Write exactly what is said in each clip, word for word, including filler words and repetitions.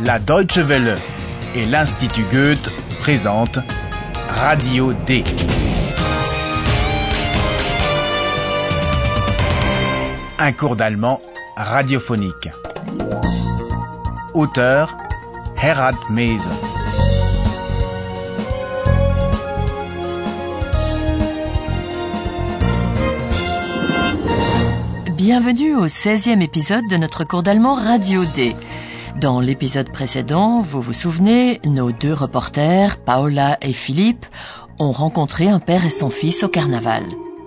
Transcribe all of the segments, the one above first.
La Deutsche Welle et l'Institut Goethe présentent Radio D. Un cours d'allemand radiophonique. Auteur Herald Mese. Bienvenue au seizième épisode de notre cours d'allemand Radio D. Dans l'épisode précédent, vous vous souvenez, nos deux reporters, Paola et Philippe, ont rencontré un père et son fils au carnaval.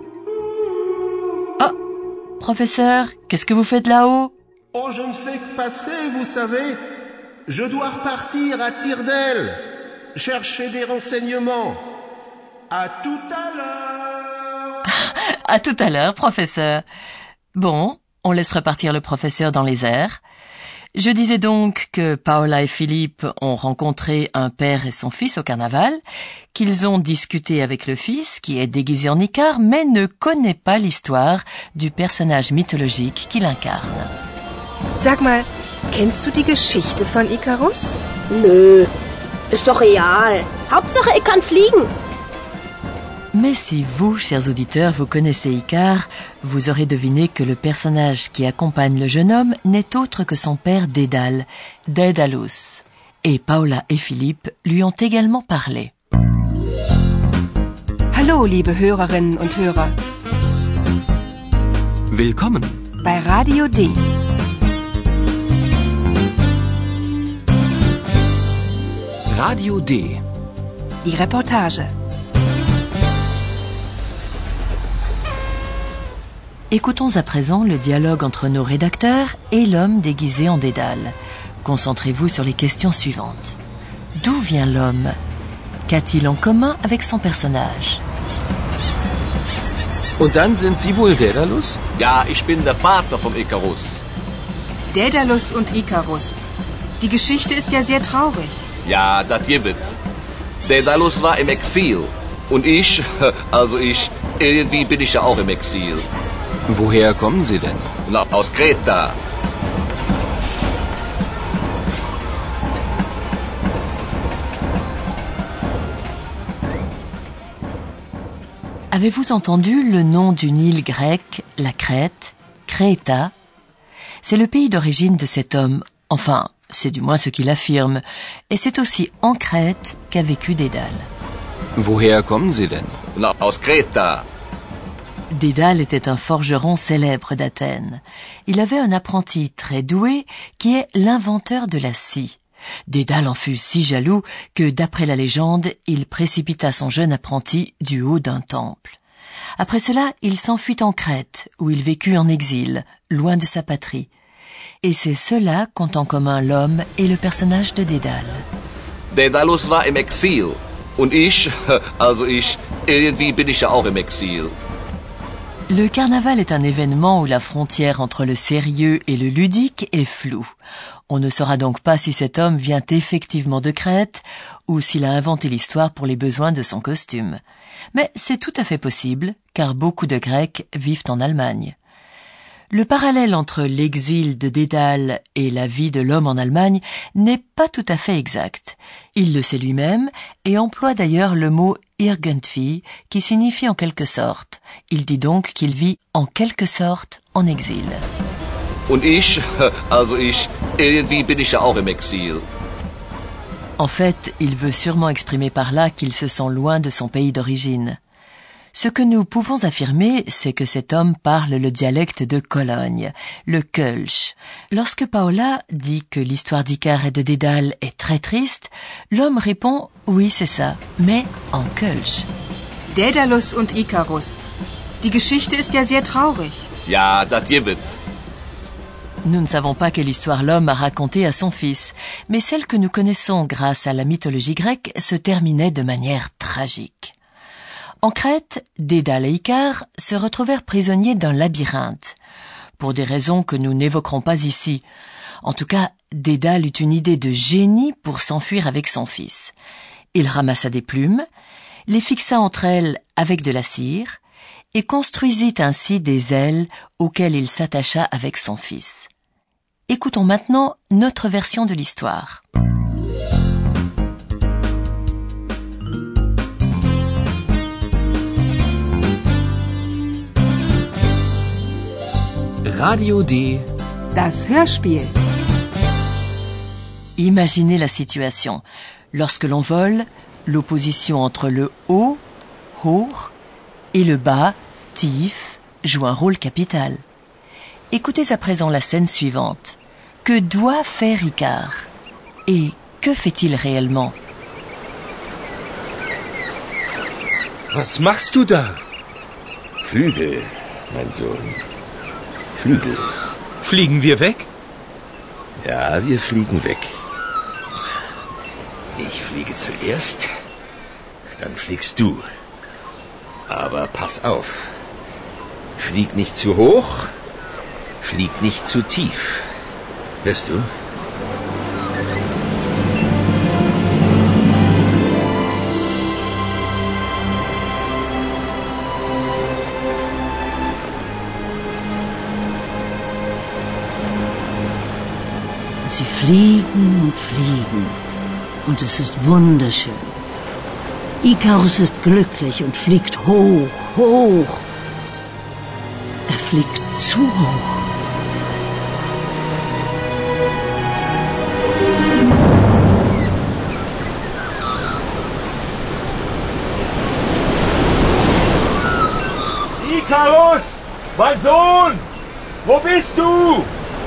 Oh, professeur, qu'est-ce que vous faites là-haut ? Oh, je ne fais que passer, vous savez. Je dois repartir à Tire-d'Aile, chercher des renseignements. À tout à l'heure. À tout à l'heure, professeur. Bon, on laisse repartir le professeur dans les airs. Je disais donc que Paola et Philippe ont rencontré un père et son fils au carnaval, qu'ils ont discuté avec le fils, qui est déguisé en Icare, mais ne connaît pas l'histoire du personnage mythologique qu'il incarne. Sag mal, kennst du die Geschichte von Icarus? Nö, ist doch real. Hauptsache, er kann fliegen. Mais si vous, chers auditeurs, vous connaissez Icare, vous aurez deviné que le personnage qui accompagne le jeune homme n'est autre que son père Dédale, Daedalus. Et Paola et Philippe lui ont également parlé. Hallo, liebe Hörerinnen und Hörer. Willkommen bei Radio D. Radio D. Die Reportage. Écoutons à présent le dialogue entre nos rédacteurs et l'homme déguisé en Dédale. Concentrez-vous sur les questions suivantes. D'où vient l'homme ? Qu'a-t-il en commun avec son personnage ? Und dann sind Sie wohl Daedalus? Ja, ich bin der Vater vom Icarus. Daedalus und Icarus. Die Geschichte ist ja sehr traurig. Ja, das gibt. Daedalus war im Exil. Und ich, also ich, irgendwie bin ich ja auch im Exil. Woher kommen Sie denn? Na, aus Kreta. Avez-vous entendu le nom d'une île grecque, la Crète, Kreta ? C'est le pays d'origine de cet homme, enfin, c'est du moins ce qu'il affirme, et c'est aussi en Crète qu'a vécu Dédale. Woher kommen Sie denn? Na, aus Kreta. Dédale était un forgeron célèbre d'Athènes. Il avait un apprenti très doué qui est l'inventeur de la scie. Dédale en fut si jaloux que, d'après la légende, il précipita son jeune apprenti du haut d'un temple. Après cela, il s'enfuit en Crète, où il vécut en exil, loin de sa patrie. Et c'est cela qu'ont en commun l'homme et le personnage de Dédale. Daedalus war im Exil. Und ich, also ich, irgendwie bin ich ja auch im Exil. Le carnaval est un événement où la frontière entre le sérieux et le ludique est floue. On ne saura donc pas si cet homme vient effectivement de Crète ou s'il a inventé l'histoire pour les besoins de son costume. Mais c'est tout à fait possible, car beaucoup de Grecs vivent en Allemagne. Le parallèle entre l'exil de Dédale et la vie de l'homme en Allemagne n'est pas tout à fait exact. Il le sait lui-même et emploie d'ailleurs le mot irgendwie qui signifie en quelque sorte. Il dit donc qu'il vit en quelque sorte en exil. Und ich, also ich, irgendwie bin ich ja auch im Exil. En fait, il veut sûrement exprimer par là qu'il se sent loin de son pays d'origine. Ce que nous pouvons affirmer, c'est que cet homme parle le dialecte de Cologne, le Kölsch. Lorsque Paola dit que l'histoire d'Icare et de Dédale est très triste, l'homme répond « Oui, c'est ça, mais en Kölsch ». Daedalus und Icarus. Die Geschichte ist ja sehr traurig. Ja, das gibt. Nous ne savons pas quelle histoire l'homme a racontée à son fils, mais celle que nous connaissons grâce à la mythologie grecque se terminait de manière tragique. En Crète, Dédale et Icare se retrouvèrent prisonniers d'un labyrinthe, pour des raisons que nous n'évoquerons pas ici. En tout cas, Dédale eut une idée de génie pour s'enfuir avec son fils. Il ramassa des plumes, les fixa entre elles avec de la cire, et construisit ainsi des ailes auxquelles il s'attacha avec son fils. Écoutons maintenant notre version de l'histoire. Radio D. Das Hörspiel. Imaginez la situation. Lorsque l'on vole, l'opposition entre le haut, hoch, et le bas, tief, joue un rôle capital. Écoutez à présent la scène suivante. Que doit faire Icare? Et que fait-il réellement? Was machst du da? Flügel, mein Sohn. Flügel. Fliegen wir weg? Ja, wir fliegen weg. Ich fliege zuerst, dann fliegst du. Aber pass auf. Flieg nicht zu hoch, flieg nicht zu tief. Hörst du? Sie fliegen und fliegen. Und es ist wunderschön. Ikarus ist glücklich und fliegt hoch, hoch. Er fliegt zu hoch. Ikarus, mein Sohn! Wo bist du?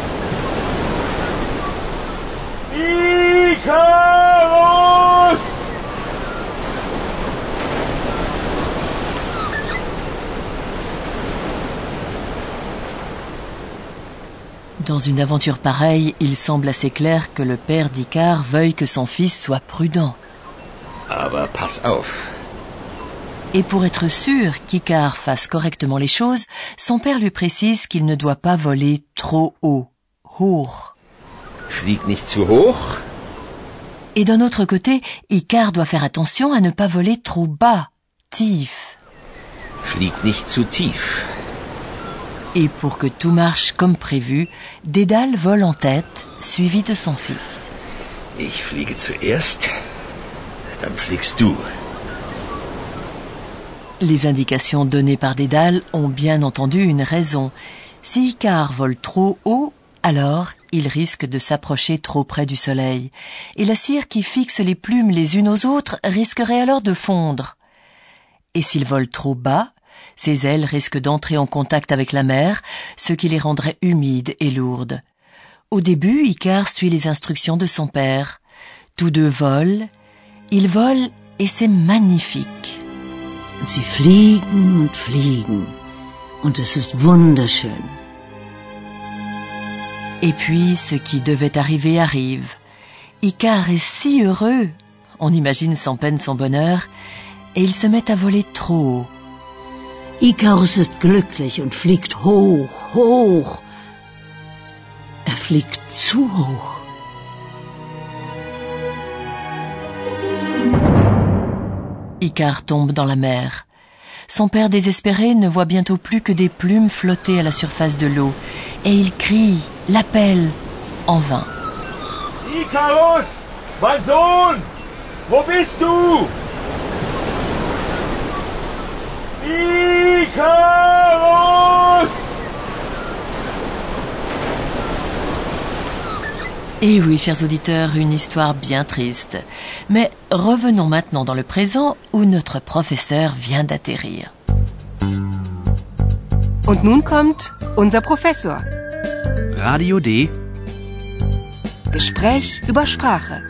Ikarus! Dans une aventure pareille, il semble assez clair que le père d'Icare veuille que son fils soit prudent. Aber pass auf. Et pour être sûr qu'Icare fasse correctement les choses, son père lui précise qu'il ne doit pas voler trop haut, hoch. Flieg nicht zu hoch. Et d'un autre côté, Icare doit faire attention à ne pas voler trop bas, tief. Flieg nicht zu tief. Et pour que tout marche comme prévu, Dédale vole en tête, suivi de son fils. Ich fliege zuerst, dann fliegst du. Les indications données par Dédale ont bien entendu une raison. Si Icare vole trop haut, alors il risque de s'approcher trop près du soleil. Et la cire qui fixe les plumes les unes aux autres risquerait alors de fondre. Et s'il vole trop bas, ses ailes risquent d'entrer en contact avec la mer, ce qui les rendrait humides et lourdes. Au début, Icare suit les instructions de son père. Tous deux volent. Ils volent et c'est magnifique. Sie fliegen und fliegen. Und es ist wunderschön. Et puis, ce qui devait arriver arrive. Icare est si heureux. On imagine sans peine son bonheur. Et il se met à voler trop haut. Ikarus ist glücklich und fliegt hoch, hoch. Er fliegt zu hoch. Icare tombe dans la mer. Son père désespéré ne voit bientôt plus que des plumes flotter à la surface de l'eau. Et il crie, l'appelle, en vain. Ikarus, mein Sohn! Wo bist du? Ikarus! Et oui, chers auditeurs, une histoire bien triste. Mais revenons maintenant dans le présent où notre professeur vient d'atterrir. Und nun kommt unser Professor. Radio D. Gespräch über Sprache.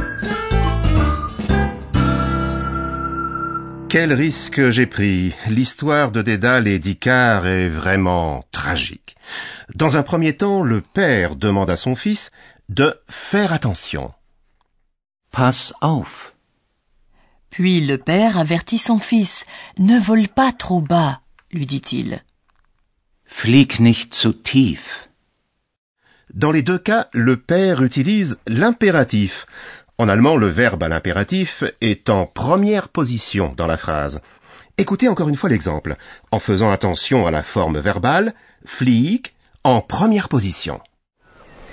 Quel risque j'ai pris. L'histoire de Dédale et d'Icare est vraiment tragique. Dans un premier temps, le père demande à son fils de faire attention. Pass auf. Puis le père avertit son fils. Ne vole pas trop bas, lui dit-il. Flieg nicht zu tief. Dans les deux cas, le père utilise l'impératif. En allemand, le verbe à l'impératif est en première position dans la phrase. Écoutez encore une fois l'exemple, en faisant attention à la forme verbale, flieg en première position.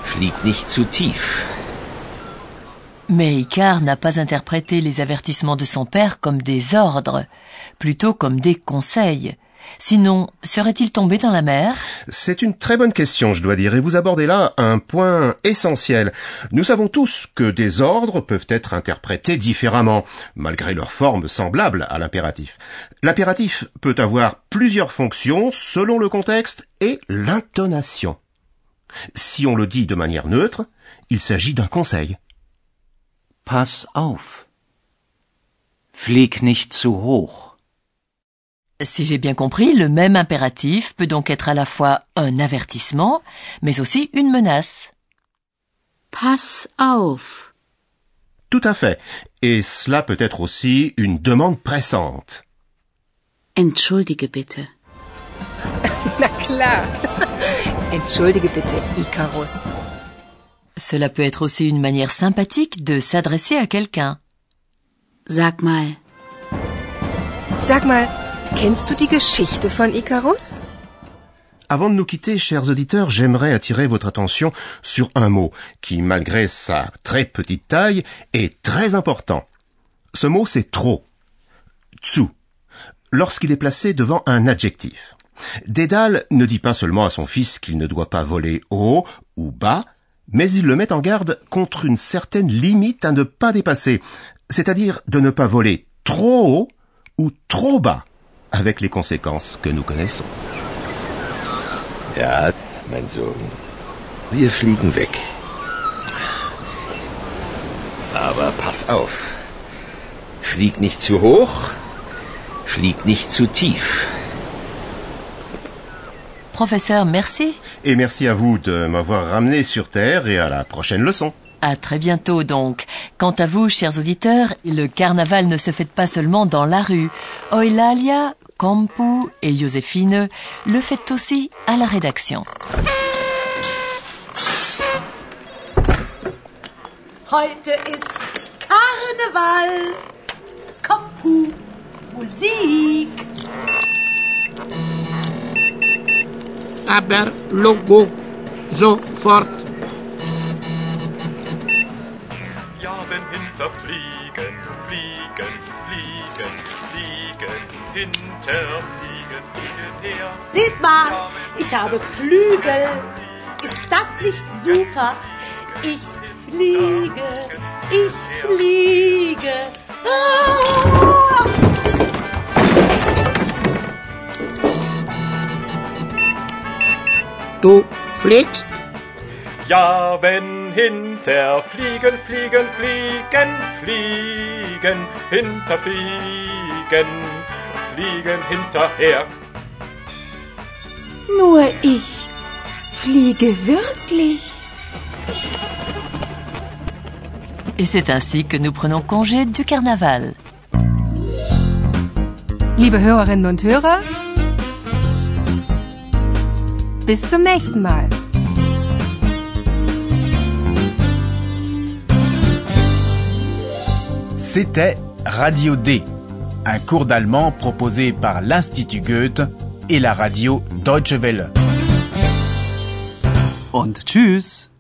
Flieg nicht zu tief. Mais Icare n'a pas interprété les avertissements de son père comme des ordres, plutôt comme des conseils. Sinon, serait-il tombé dans la mer ? C'est une très bonne question, je dois dire, et vous abordez là un point essentiel. Nous savons tous que des ordres peuvent être interprétés différemment, malgré leur forme semblable à l'impératif. L'impératif peut avoir plusieurs fonctions selon le contexte et l'intonation. Si on le dit de manière neutre, il s'agit d'un conseil. Pass auf. Flieg nicht zu hoch. Si j'ai bien compris, le même impératif peut donc être à la fois un avertissement, mais aussi une menace. Pass auf. Tout à fait. Et cela peut être aussi une demande pressante. Entschuldige bitte. Na klar. Entschuldige bitte, Ikarus. Cela peut être aussi une manière sympathique de s'adresser à quelqu'un. Sag mal. Sag mal, kennst du die Geschichte von Ikarus? Avant de nous quitter, chers auditeurs, j'aimerais attirer votre attention sur un mot qui, malgré sa très petite taille, est très important. Ce mot, c'est trop. Zu. Lorsqu'il est placé devant un adjectif. Dédale ne dit pas seulement à son fils qu'il ne doit pas voler haut ou bas, mais il le met en garde contre une certaine limite à ne pas dépasser, c'est-à-dire de ne pas voler trop haut ou trop bas, avec les conséquences que nous connaissons. Ja, mein Sohn, wir fliegen weg. Aber pass auf. Flieg nicht zu hoch, flieg nicht zu tief. Professeur, merci. Et merci à vous de m'avoir ramené sur Terre et à la prochaine leçon. À très bientôt donc. Quant à vous, chers auditeurs, le carnaval ne se fête pas seulement dans la rue. Eulalia, Campu et Joséphine le fêtent aussi à la rédaction. Heute ist Karneval. Campu, Musik. Aber Logo, sofort. Ja, wenn hinter Fliegen, Fliegen, Fliegen, Fliegen, hinter Fliegen, Fliegen her. Seht mal, ich habe Flügel. Ist das nicht super? Ich fliege, ich fliege. Ah! Du fliegst? Ja, wenn hinter Fliegen, Fliegen, Fliegen, Fliegen, hinter Fliegen, Fliegen hinterher. Nur ich fliege wirklich. Et c'est ainsi que nous prenons congé du carnaval. Liebe Hörerinnen und Hörer, bis zum nächsten Mal. C'était Radio D, un cours d'allemand proposé par l'Institut Goethe et la radio Deutsche Welle. Und tschüss.